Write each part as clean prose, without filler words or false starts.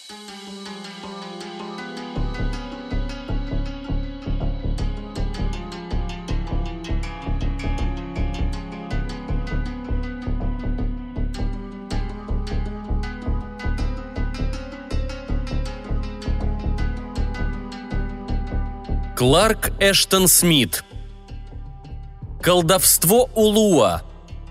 Кларк Эштон Смит. Колдовство Улуа.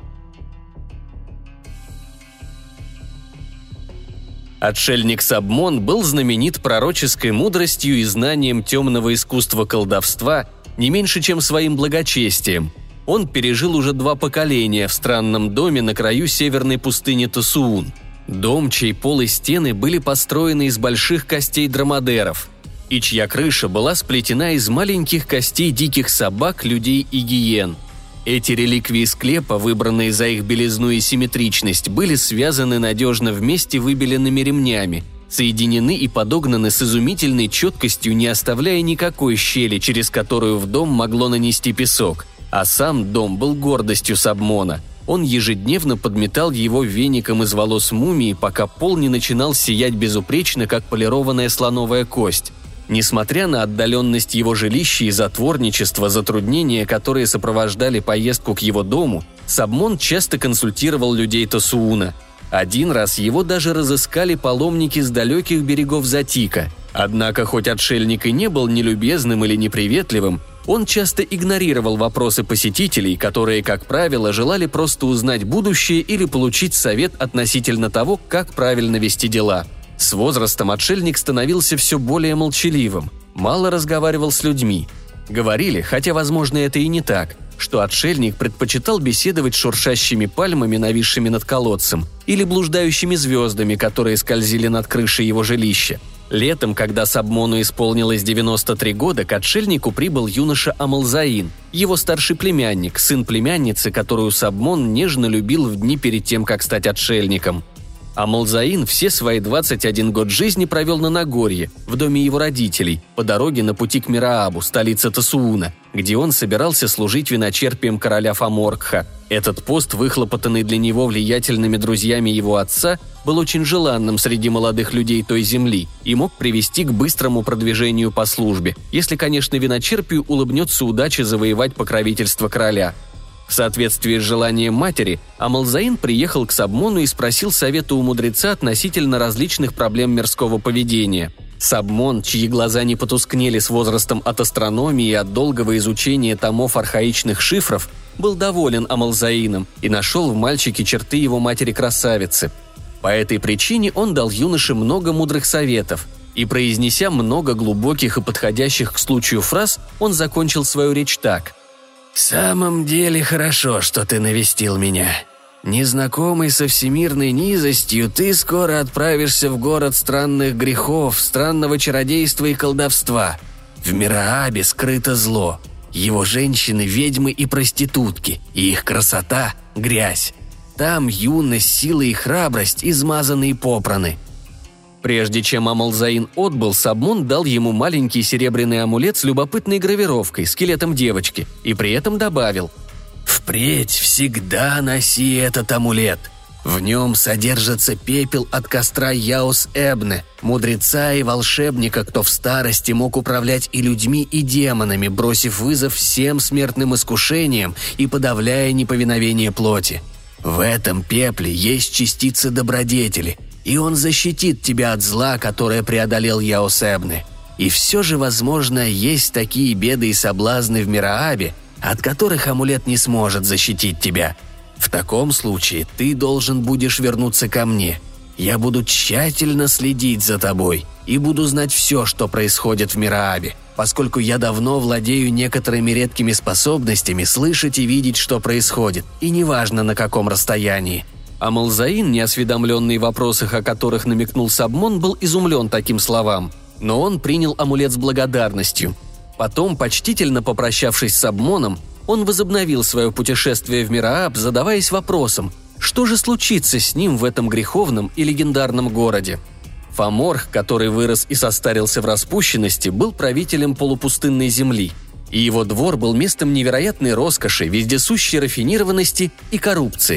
Отшельник Сабмон был знаменит пророческой мудростью и знанием темного искусства колдовства не меньше, чем своим благочестием. Он пережил уже 2 поколения в странном доме на краю северной пустыни Тосуун. Дом, чей пол и стены были построены из больших костей дромадеров, и чья крыша была сплетена из маленьких костей диких собак, людей и гиен. Эти реликвии склепа, выбранные за их белизну и симметричность, были связаны надежно вместе выбеленными ремнями, соединены и подогнаны с изумительной четкостью, не оставляя никакой щели, через которую в дом могло нанести песок. А сам дом был гордостью Сабмона. Он ежедневно подметал его веником из волос мумии, пока пол не начинал сиять безупречно, как полированная слоновая кость. Несмотря на отдаленность его жилища и затворничество, затруднения, которые сопровождали поездку к его дому, Сабмон часто консультировал людей Тосууна. Один раз его даже разыскали паломники с далеких берегов Затика. Однако, хоть отшельник и не был нелюбезным или неприветливым, он часто игнорировал вопросы посетителей, которые, как правило, желали просто узнать будущее или получить совет относительно того, как правильно вести дела. С возрастом отшельник становился все более молчаливым, мало разговаривал с людьми. Говорили, хотя, возможно, это и не так, что отшельник предпочитал беседовать с шуршащими пальмами, нависшими над колодцем, или блуждающими звездами, которые скользили над крышей его жилища. Летом, когда Сабмону исполнилось 93 года, к отшельнику прибыл юноша Амалзаин, его старший племянник, сын племянницы, которую Сабмон нежно любил в дни перед тем, как стать отшельником. Амалзаин все свои 21 год жизни провел на Нагорье, в доме его родителей, по дороге на пути к Мираабу, столице Тосууна, где он собирался служить виночерпием короля Фаморкха. Этот пост, выхлопотанный для него влиятельными друзьями его отца, был очень желанным среди молодых людей той земли и мог привести к быстрому продвижению по службе, если, конечно, виночерпию улыбнется удача завоевать покровительство короля. В соответствии с желанием матери, Амалзаин приехал к Сабмону и спросил совета у мудреца относительно различных проблем мирского поведения. Сабмон, чьи глаза не потускнели с возрастом от астрономии и от долгого изучения томов архаичных шифров, был доволен Амалзаином и нашел в мальчике черты его матери-красавицы. По этой причине он дал юноше много мудрых советов, и, произнеся много глубоких и подходящих к случаю фраз, он закончил свою речь так: «В самом деле хорошо, что ты навестил меня. Незнакомый со всемирной низостью, ты скоро отправишься в город странных грехов, странного чародейства и колдовства. В Мираабе скрыто зло. Его женщины – ведьмы и проститутки, и их красота – грязь. Там юность, сила и храбрость измазаны и попраны». Прежде чем Амалзаин отбыл, Сабмон дал ему маленький серебряный амулет с любопытной гравировкой, скелетом девочки, и при этом добавил: «Впредь всегда носи этот амулет. В нем содержится пепел от костра Яус-Эбне, мудреца и волшебника, кто в старости мог управлять и людьми, и демонами, бросив вызов всем смертным искушениям и подавляя неповиновение плоти. В этом пепле есть частицы добродетели, и он защитит тебя от зла, которое преодолел Яус-Эбне. И все же, возможно, есть такие беды и соблазны в Мираабе, от которых амулет не сможет защитить тебя. В таком случае ты должен будешь вернуться ко мне. Я буду тщательно следить за тобой и буду знать все, что происходит в Мираабе, поскольку я давно владею некоторыми редкими способностями слышать и видеть, что происходит, и неважно на каком расстоянии». Амалзаин, неосведомленный в вопросах, о которых намекнул Сабмон, был изумлен таким словам, но он принял амулет с благодарностью. Потом, почтительно попрощавшись с Сабмоном, он возобновил свое путешествие в Мирааб, задаваясь вопросом, что же случится с ним в этом греховном и легендарном городе. Фаморх, который вырос и состарился в распущенности, был правителем полупустынной земли, и его двор был местом невероятной роскоши, вездесущей рафинированности и коррупции.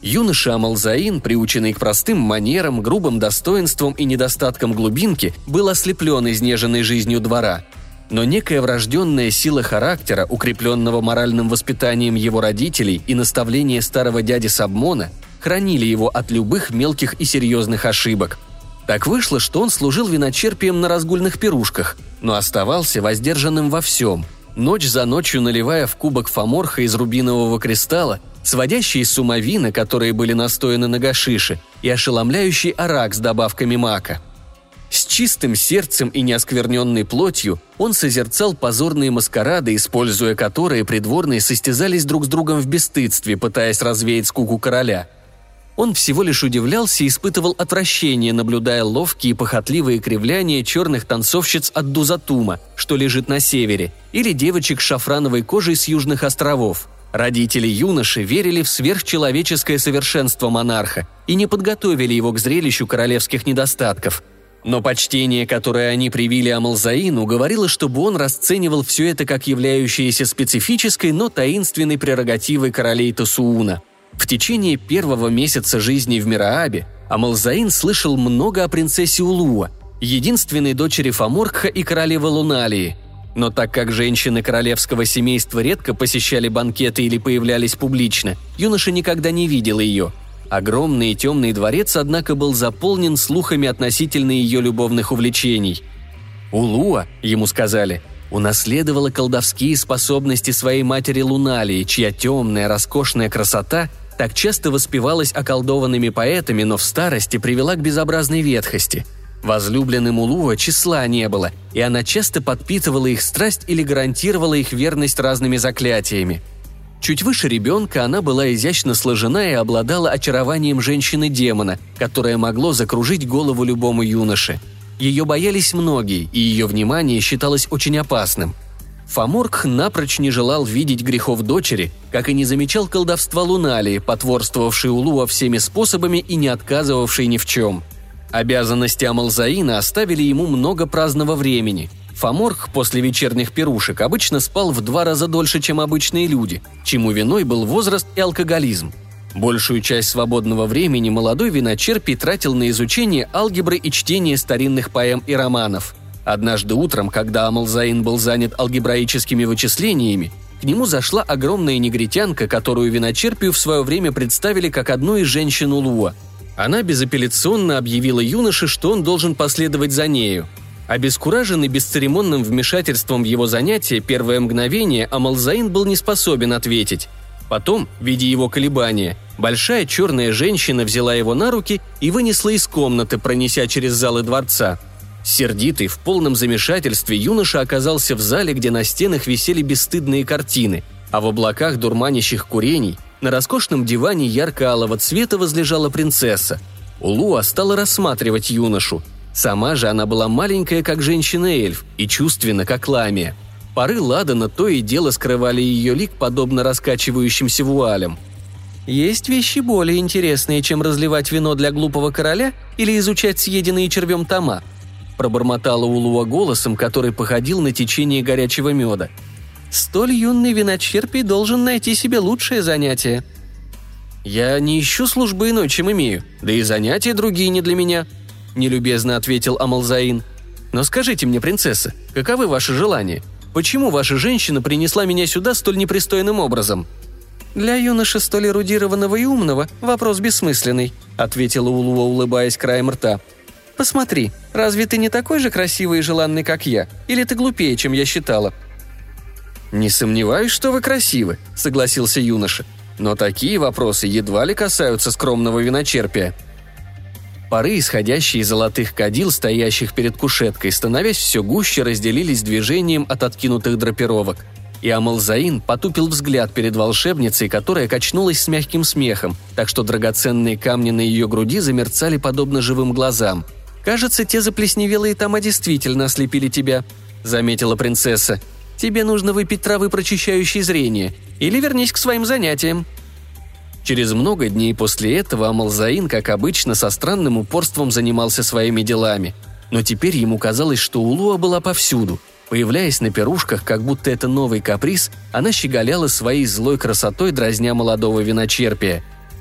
Юноша Амалзаин, приученный к простым манерам, грубым достоинствам и недостаткам глубинки, был ослеплен изнеженной жизнью двора. Но некая врожденная сила характера, укрепленного моральным воспитанием его родителей и наставления старого дяди Сабмона, хранили его от любых мелких и серьезных ошибок. Так вышло, что он служил виночерпием на разгульных пирушках, но оставался воздержанным во всем, ночь за ночью наливая в кубок фаморха из рубинового кристалла, сводящие с ума вина, которые были настояны на гашише, и ошеломляющий арак с добавками мака. С чистым сердцем и неоскверненной плотью он созерцал позорные маскарады, используя которые придворные состязались друг с другом в бесстыдстве, пытаясь развеять скуку короля. Он всего лишь удивлялся и испытывал отвращение, наблюдая ловкие и похотливые кривляния черных танцовщиц от Дузатума, что лежит на севере, или девочек с шафрановой кожей с южных островов. Родители юноши верили в сверхчеловеческое совершенство монарха и не подготовили его к зрелищу королевских недостатков. Но почтение, которое они привили Амалзаину, говорило, чтобы он расценивал все это как являющееся специфической, но таинственной прерогативой королей Тосууна. В течение первого месяца жизни в Мираабе Амалзаин слышал много о принцессе Улуа, единственной дочери Фаморкха и королевы Луналии. Но так как женщины королевского семейства редко посещали банкеты или появлялись публично, юноша никогда не видел ее. Огромный и темный дворец, однако, был заполнен слухами относительно ее любовных увлечений. Улуа, ему сказали, унаследовала колдовские способности своей матери Луналии, чья темная, роскошная красота так часто воспевалась околдованными поэтами, но в старости привела к безобразной ветхости. Возлюбленным Улуа числа не было, и она часто подпитывала их страсть или гарантировала их верность разными заклятиями. Чуть выше ребенка она была изящно сложена и обладала очарованием женщины-демона, которое могло закружить голову любому юноше. Ее боялись многие, и ее внимание считалось очень опасным. Фаморкх напрочь не желал видеть грехов дочери, как и не замечал колдовства Луналии, потворствовавшей Улуа всеми способами и не отказывавшей ни в чем. Обязанности Амалзаина оставили ему много праздного времени. Фаморкх после вечерних пирушек обычно спал в 2 раза дольше, чем обычные люди, чему виной был возраст и алкоголизм. Большую часть свободного времени молодой виночерпий тратил на изучение алгебры и чтение старинных поэм и романов. Однажды утром, когда Амалзаин был занят алгебраическими вычислениями, к нему зашла огромная негритянка, которую виночерпию в свое время представили как одну из женщин Улуа. Она безапелляционно объявила юноше, что он должен последовать за нею. Обескураженный бесцеремонным вмешательством в его занятия, первое мгновение Амалзаин был не способен ответить. Потом, видя его колебания, большая черная женщина взяла его на руки и вынесла из комнаты, пронеся через залы дворца. Сердитый, в полном замешательстве, юноша оказался в зале, где на стенах висели бесстыдные картины, а в облаках дурманящих курений на роскошном диване ярко-алого цвета возлежала принцесса. Улуа стала рассматривать юношу. Сама же она была маленькая, как женщина-эльф, и чувственна, как ламия. Пары ладана то и дело скрывали ее лик, подобно раскачивающимся вуалям. «Есть вещи более интересные, чем разливать вино для глупого короля или изучать съеденные червем тома», пробормотала Улуа голосом, который походил на течение горячего меда. «Столь юный виночерпий должен найти себе лучшее занятие». «Я не ищу службы иной, чем имею, да и занятия другие не для меня», – нелюбезно ответил Амалзаин. «Но скажите мне, принцесса, каковы ваши желания? Почему ваша женщина принесла меня сюда столь непристойным образом?» «Для юноши столь эрудированного и умного вопрос бессмысленный», – ответила Улуа, улыбаясь краем рта. «Посмотри, разве ты не такой же красивый и желанный, как я? Или ты глупее, чем я считала?» «Не сомневаюсь, что вы красивы», – согласился юноша. «Но такие вопросы едва ли касаются скромного виночерпия». Пары, исходящие из золотых кадил, стоящих перед кушеткой, становясь все гуще, разделились движением от откинутых драпировок. И Амалзаин потупил взгляд перед волшебницей, которая качнулась с мягким смехом, так что драгоценные камни на ее груди замерцали подобно живым глазам. «Кажется, те заплесневелые тома действительно ослепили тебя», — заметила принцесса. «Тебе нужно выпить травы, прочищающей зрение, или вернись к своим занятиям». Через много дней после этого Амалзаин, как обычно, со странным упорством занимался своими делами. Но теперь ему казалось, что Улуа была повсюду. Появляясь на пирушках, как будто это новый каприз, она щеголяла своей злой красотой, дразня молодого виночерпия.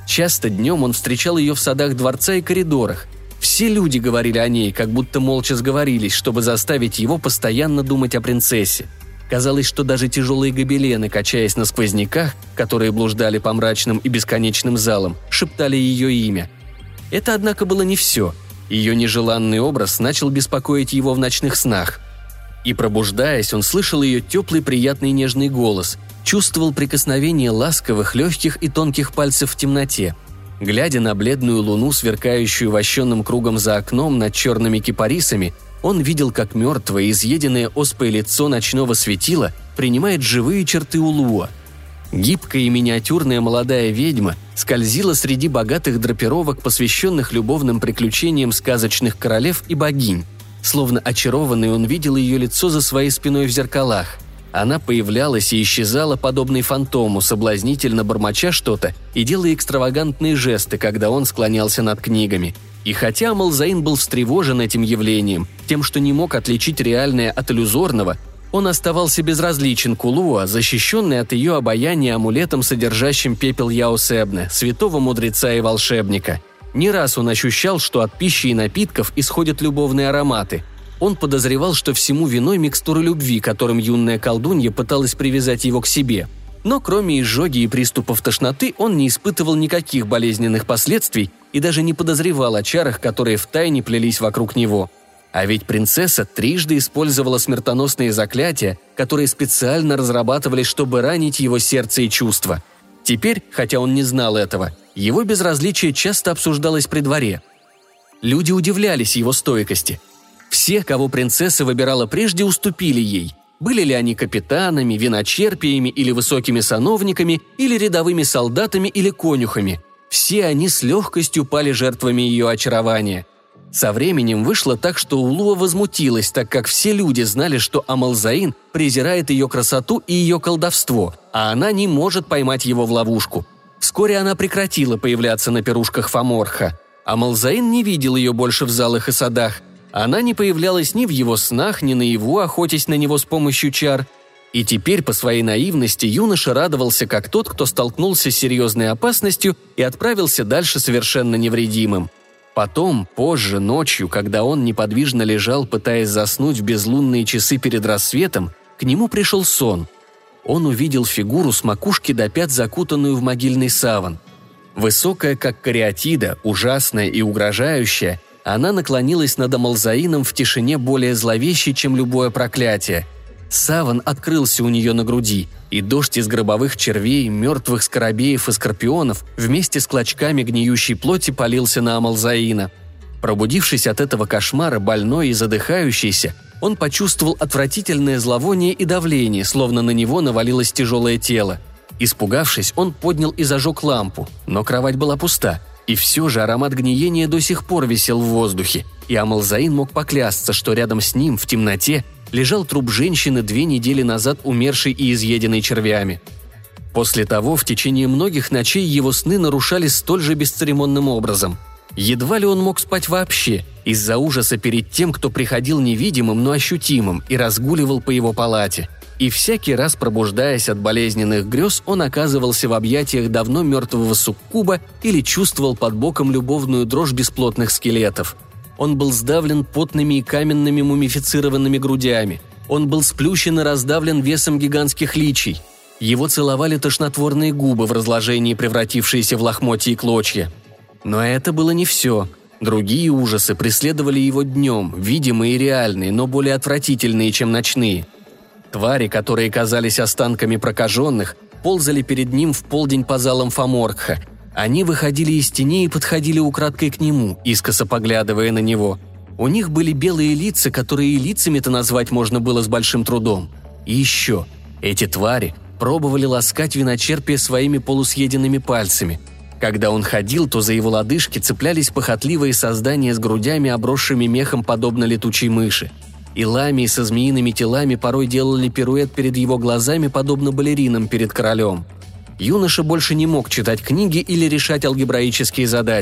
Часто днем он встречал ее в садах дворца и коридорах. Все люди говорили о ней, как будто молча сговорились, чтобы заставить его постоянно думать о принцессе. Казалось, что даже тяжелые гобелены, качаясь на сквозняках, которые блуждали по мрачным и бесконечным залам, шептали ее имя. Это, однако, было не все. Ее нежеланный образ начал беспокоить его в ночных снах. И, пробуждаясь, он слышал ее теплый, приятный нежный голос, чувствовал прикосновение ласковых, легких и тонких пальцев в темноте. Глядя на бледную луну, сверкающую вощенным кругом за окном над черными кипарисами, он видел, как мертвое, изъеденное оспой лицо ночного светила принимает живые черты Улуа. Гибкая и миниатюрная молодая ведьма скользила среди богатых драпировок, посвященных любовным приключениям сказочных королев и богинь. Словно очарованный, он видел ее лицо за своей спиной в зеркалах. Она появлялась и исчезала, подобной фантому, соблазнительно бормоча что-то и делая экстравагантные жесты, когда он склонялся над книгами. И хотя Амалзаин был встревожен этим явлением, тем, что не мог отличить реальное от иллюзорного, он оставался безразличен к Улуа, защищенный от ее обаяния амулетом, содержащим пепел Яосебне, святого мудреца и волшебника. Не раз он ощущал, что от пищи и напитков исходят любовные ароматы. Он подозревал, что всему виной микстуры любви, которым юная колдунья пыталась привязать его к себе. Но кроме изжоги и приступов тошноты он не испытывал никаких болезненных последствий и даже не подозревал о чарах, которые втайне плелись вокруг него. А ведь принцесса трижды использовала смертоносные заклятия, которые специально разрабатывались, чтобы ранить его сердце и чувства. Теперь, хотя он не знал этого, его безразличие часто обсуждалось при дворе. Люди удивлялись его стойкости. Все, кого принцесса выбирала прежде, уступили ей. Были ли они капитанами, виночерпиями или высокими сановниками, или рядовыми солдатами или конюхами. Все они с легкостью пали жертвами ее очарования. Со временем вышло так, что Улуа возмутилась, так как все люди знали, что Амалзаин презирает ее красоту и ее колдовство, а она не может поймать его в ловушку. Вскоре она прекратила появляться на пирушках Фоморха. Амалзаин не видел ее больше в залах и садах. Она не появлялась ни в его снах, ни наяву, охотясь на него с помощью чар. И теперь по своей наивности юноша радовался, как тот, кто столкнулся с серьезной опасностью и отправился дальше совершенно невредимым. Потом, позже, ночью, когда он неподвижно лежал, пытаясь заснуть в безлунные часы перед рассветом, к нему пришел сон. Он увидел фигуру с макушки до пят, закутанную в могильный саван. Высокая, как кариатида, ужасная и угрожающая, она наклонилась над Амалзаином в тишине более зловещей, чем любое проклятие. Саван открылся у нее на груди, и дождь из гробовых червей, мертвых скоробеев и скорпионов вместе с клочками гниющей плоти полился на Амалзаина. Пробудившись от этого кошмара, больной и задыхающийся, он почувствовал отвратительное зловоние и давление, словно на него навалилось тяжелое тело. Испугавшись, он поднял и зажег лампу, но кровать была пуста. И все же аромат гниения до сих пор висел в воздухе, и Амалзаин мог поклясться, что рядом с ним, в темноте, лежал труп женщины 2 недели назад умершей и изъеденной червями. После того, в течение многих ночей его сны нарушались столь же бесцеремонным образом. Едва ли он мог спать вообще, из-за ужаса перед тем, кто приходил невидимым, но ощутимым и разгуливал по его палате. И всякий раз, пробуждаясь от болезненных грез, он оказывался в объятиях давно мертвого суккуба или чувствовал под боком любовную дрожь бесплотных скелетов. Он был сдавлен потными и каменными мумифицированными грудями. Он был сплющен и раздавлен весом гигантских личий. Его целовали тошнотворные губы в разложении, превратившиеся в лохмотья и клочья. Но это было не все. Другие ужасы преследовали его днем, видимые и реальные, но более отвратительные, чем ночные. Твари, которые казались останками прокаженных, ползали перед ним в полдень по залам Фоморкха. Они выходили из теней и подходили украдкой к нему, искоса поглядывая на него. У них были белые лица, которые и лицами-то назвать можно было с большим трудом. И еще, эти твари пробовали ласкать виночерпие своими полусъеденными пальцами. Когда он ходил, то за его лодыжки цеплялись похотливые создания с грудями, обросшими мехом, подобно летучей мыши. И ламии со змеиными телами порой делали пируэт перед его глазами, подобно балеринам перед королем. Юноша больше не мог читать книги или решать алгебраические задачи.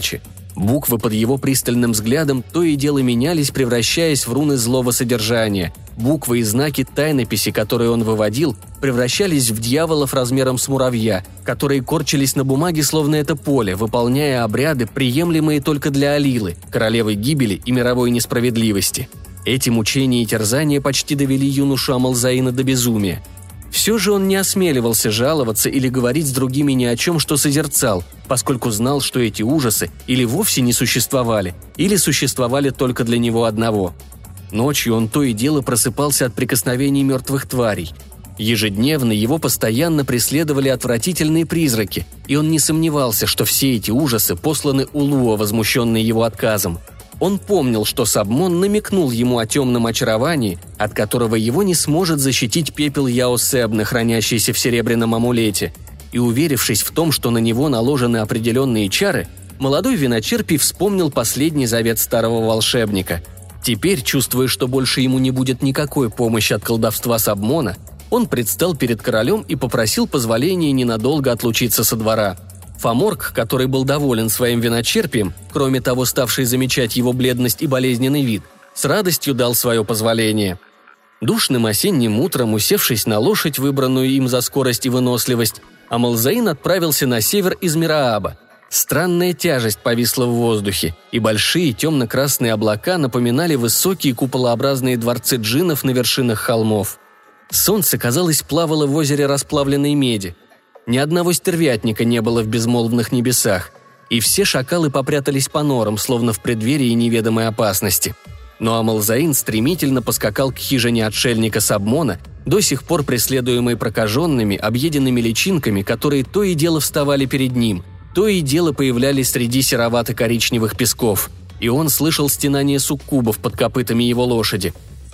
Буквы под его пристальным взглядом то и дело менялись, превращаясь в руны злого содержания. Буквы и знаки тайнописи, которые он выводил, превращались в дьяволов размером с муравья, которые корчились на бумаге, словно это поле, выполняя обряды, приемлемые только для Алилы, королевы гибели и мировой несправедливости. Эти мучения и терзания почти довели юношу Амалзаина до безумия. Все же он не осмеливался жаловаться или говорить с другими ни о чем, что созерцал, поскольку знал, что эти ужасы или вовсе не существовали, или существовали только для него одного. Ночью он то и дело просыпался от прикосновений мертвых тварей. Ежедневно его постоянно преследовали отвратительные призраки, и он не сомневался, что все эти ужасы посланы Улуа, возмущенный его отказом. Он помнил, что Сабмон намекнул ему о темном очаровании, от которого его не сможет защитить пепел Яосебны, хранящийся в серебряном амулете. И, уверившись в том, что на него наложены определенные чары, молодой виночерпий вспомнил последний завет старого волшебника. Теперь, чувствуя, что больше ему не будет никакой помощи от колдовства Сабмона, он предстал перед королем и попросил позволения ненадолго отлучиться со двора. Фоморг, который был доволен своим виночерпием, кроме того, ставший замечать его бледность и болезненный вид, с радостью дал свое позволение. Душным осенним утром, усевшись на лошадь, выбранную им за скорость и выносливость, Амалзаин отправился на север из Мирааба. Странная тяжесть повисла в воздухе, и большие темно-красные облака напоминали высокие куполообразные дворцы джиннов на вершинах холмов. Солнце, казалось, плавало в озере расплавленной меди. Ни одного стервятника не было в безмолвных небесах, и все шакалы попрятались по норам, словно в преддверии неведомой опасности. Но Амалзаин стремительно поскакал к хижине отшельника Сабмона, до сих пор преследуемый прокаженными, объеденными личинками, которые то и дело вставали перед ним, то и дело появлялись среди серовато-коричневых песков, и он слышал стенание суккубов под копытами его лошади.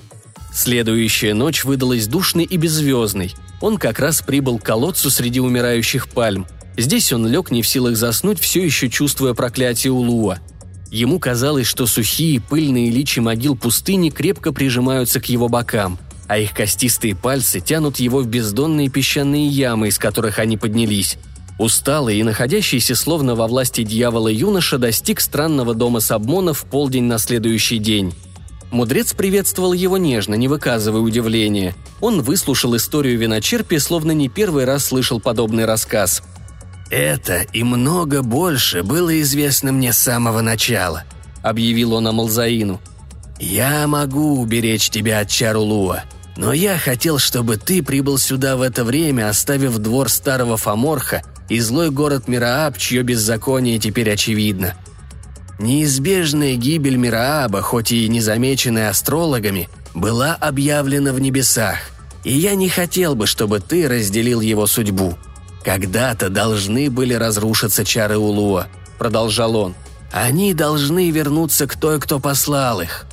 Следующая ночь выдалась душной и беззвездной. Он как раз прибыл к колодцу среди умирающих пальм. Здесь он лег не в силах заснуть, все еще чувствуя проклятие Улуа. Ему казалось, что сухие пыльные личи могил пустыни крепко прижимаются к его бокам, а их костистые пальцы тянут его в бездонные песчаные ямы, из которых они поднялись. Усталый и находящийся словно во власти дьявола юноша достиг странного дома Сабмона в полдень на следующий день. Мудрец приветствовал его нежно, не выказывая удивления. Он выслушал историю виночерпия, словно не первый раз слышал подобный рассказ. «Это и много больше было известно мне с самого начала», — объявил он Амалзаину. «Я могу уберечь тебя от чар Улуа, но я хотел, чтобы ты прибыл сюда в это время, оставив двор старого Фоморха и злой город Мирааб, чье беззаконие теперь очевидно. Неизбежная гибель Мирааба, хоть и незамеченная астрологами, была объявлена в небесах, и я не хотел бы, чтобы ты разделил его судьбу. Когда-то должны были разрушиться чары Улуа», — продолжал он. «Они должны вернуться к той, кто послал их.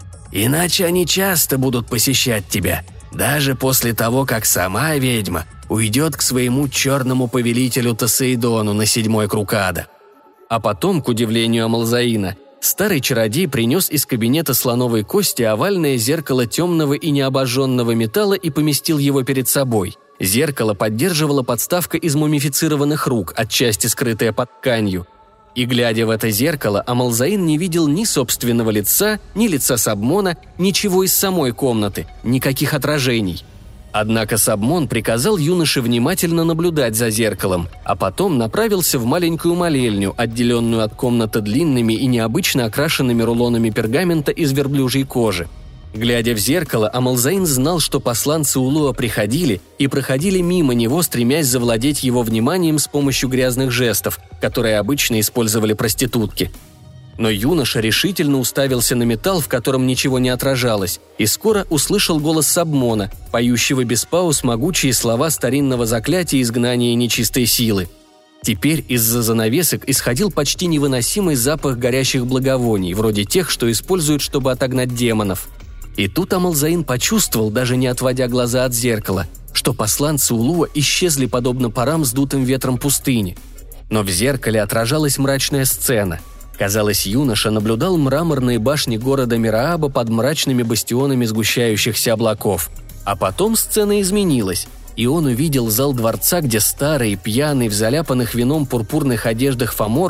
Иначе они часто будут посещать тебя, даже после того, как сама ведьма уйдет к своему черному повелителю Тосейдону на 7-й круг ада». А потом, к удивлению Амалзаина, старый чародей принес из кабинета слоновой кости овальное зеркало темного и необожженного металла и поместил его перед собой. Зеркало поддерживала подставка из мумифицированных рук, отчасти скрытая под тканью. И, глядя в это зеркало, Амалзаин не видел ни собственного лица, ни лица Сабмона, ничего из самой комнаты, никаких отражений. Однако Сабмон приказал юноше внимательно наблюдать за зеркалом, а потом направился в маленькую молельню, отделенную от комнаты длинными и необычно окрашенными рулонами пергамента из верблюжьей кожи. Глядя в зеркало, Амалзаин знал, что посланцы Улуа приходили и проходили мимо него, стремясь завладеть его вниманием с помощью грязных жестов, которые обычно использовали проститутки. Но юноша решительно уставился на металл, в котором ничего не отражалось, и скоро услышал голос Сабмона, поющего без пауз могучие слова старинного заклятия изгнания нечистой силы. Теперь из-за занавесок исходил почти невыносимый запах горящих благовоний, вроде тех, что используют, чтобы отогнать демонов. И тут Амалзаин почувствовал, даже не отводя глаза от зеркала, что посланцы Улуа исчезли подобно парам, сдутым ветром пустыни. Но в зеркале отражалась мрачная сцена. Казалось, юноша наблюдал мраморные башни города Мирааба под мрачными бастионами сгущающихся облаков. А потом сцена изменилась, и он увидел зал дворца, где старый, пьяный, в заляпанных вином пурпурных одеждах Фоморг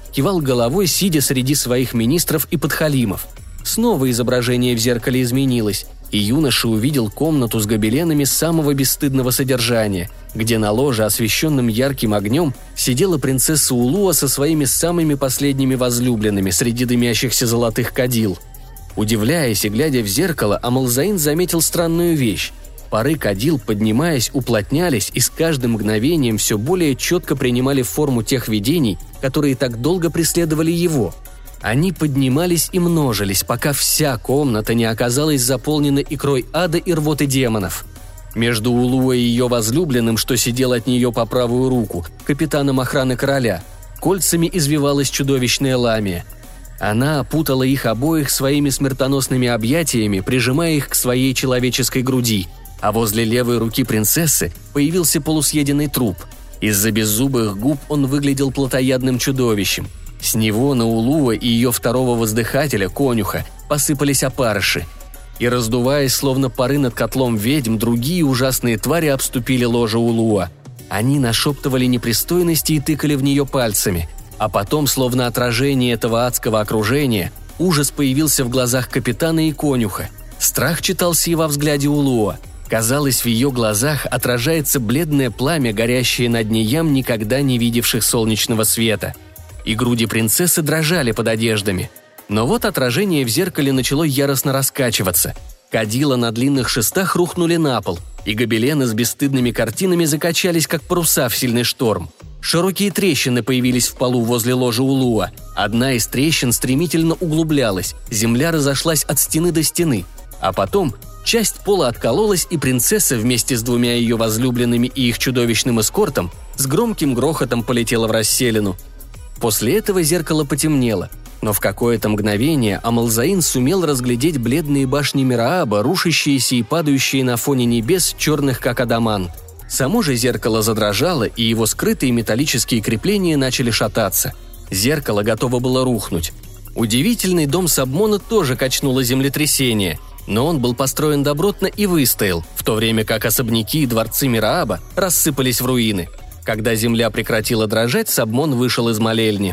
кивал головой, сидя среди своих министров и подхалимов. Снова изображение в зеркале изменилось, и юноша увидел комнату с гобеленами самого бесстыдного содержания, где на ложе, освещенном ярким огнем, сидела принцесса Улуа со своими самыми последними возлюбленными среди дымящихся золотых кадил. Удивляясь и глядя в зеркало, Амалзаин заметил странную вещь. Пары кадил, поднимаясь, уплотнялись и с каждым мгновением все более четко принимали форму тех видений, которые так долго преследовали его. Они поднимались и множились, пока вся комната не оказалась заполнена икрой ада и рвоты демонов. Между Улуой и ее возлюбленным, что сидел от нее по правую руку, капитаном охраны короля, кольцами извивалась чудовищная ламия. Она опутала их обоих своими смертоносными объятиями, прижимая их к своей человеческой груди, а возле левой руки принцессы появился полусъеденный труп. Из-за беззубых губ он выглядел плотоядным чудовищем. С него на Улуа и ее второго воздыхателя, конюха, посыпались опарыши. И, раздуваясь, словно пары над котлом ведьм, другие ужасные твари обступили ложе Улуа. Они нашептывали непристойности и тыкали в нее пальцами. А потом, словно отражение этого адского окружения, ужас появился в глазах капитана и конюха. Страх читался и во взгляде Улуа. Казалось, в ее глазах отражается бледное пламя, горящее на дне ям, никогда не видевших солнечного света. И груди принцессы дрожали под одеждами. Но вот отражение в зеркале начало яростно раскачиваться. Кадила на длинных шестах рухнули на пол, и гобелены с бесстыдными картинами закачались, как паруса в сильный шторм. Широкие трещины появились в полу возле ложа Улуа. Одна из трещин стремительно углублялась, земля разошлась от стены до стены. А потом часть пола откололась, и принцесса вместе с двумя ее возлюбленными и их чудовищным эскортом с громким грохотом полетела в расселину. После этого зеркало потемнело, но в какое-то мгновение Амалзаин сумел разглядеть бледные башни Мирааба, рушащиеся и падающие на фоне небес, черных как адамант. Само же зеркало задрожало, и его скрытые металлические крепления начали шататься. Зеркало готово было рухнуть. Удивительный дом Сабмона тоже качнуло землетрясение, но он был построен добротно и выстоял, в то время как особняки и дворцы Мирааба рассыпались в руины. Когда земля прекратила дрожать, Сабмон вышел из молельни.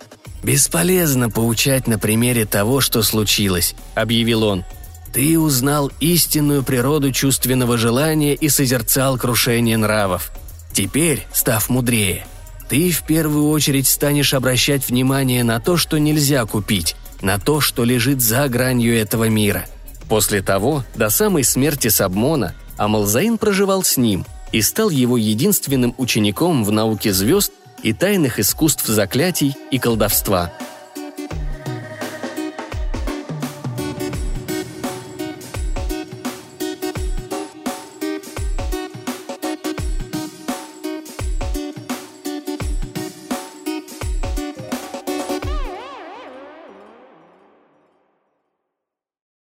«Бесполезно поучать на примере того, что случилось», — объявил он. «Ты узнал истинную природу чувственного желания и созерцал крушение нравов. Теперь, став мудрее, ты в первую очередь станешь обращать внимание на то, что нельзя купить, на то, что лежит за гранью этого мира». После того, до самой смерти Сабмона, Амалзаин проживал с ним и стал его единственным учеником в науке звезд и тайных искусств заклятий и колдовства.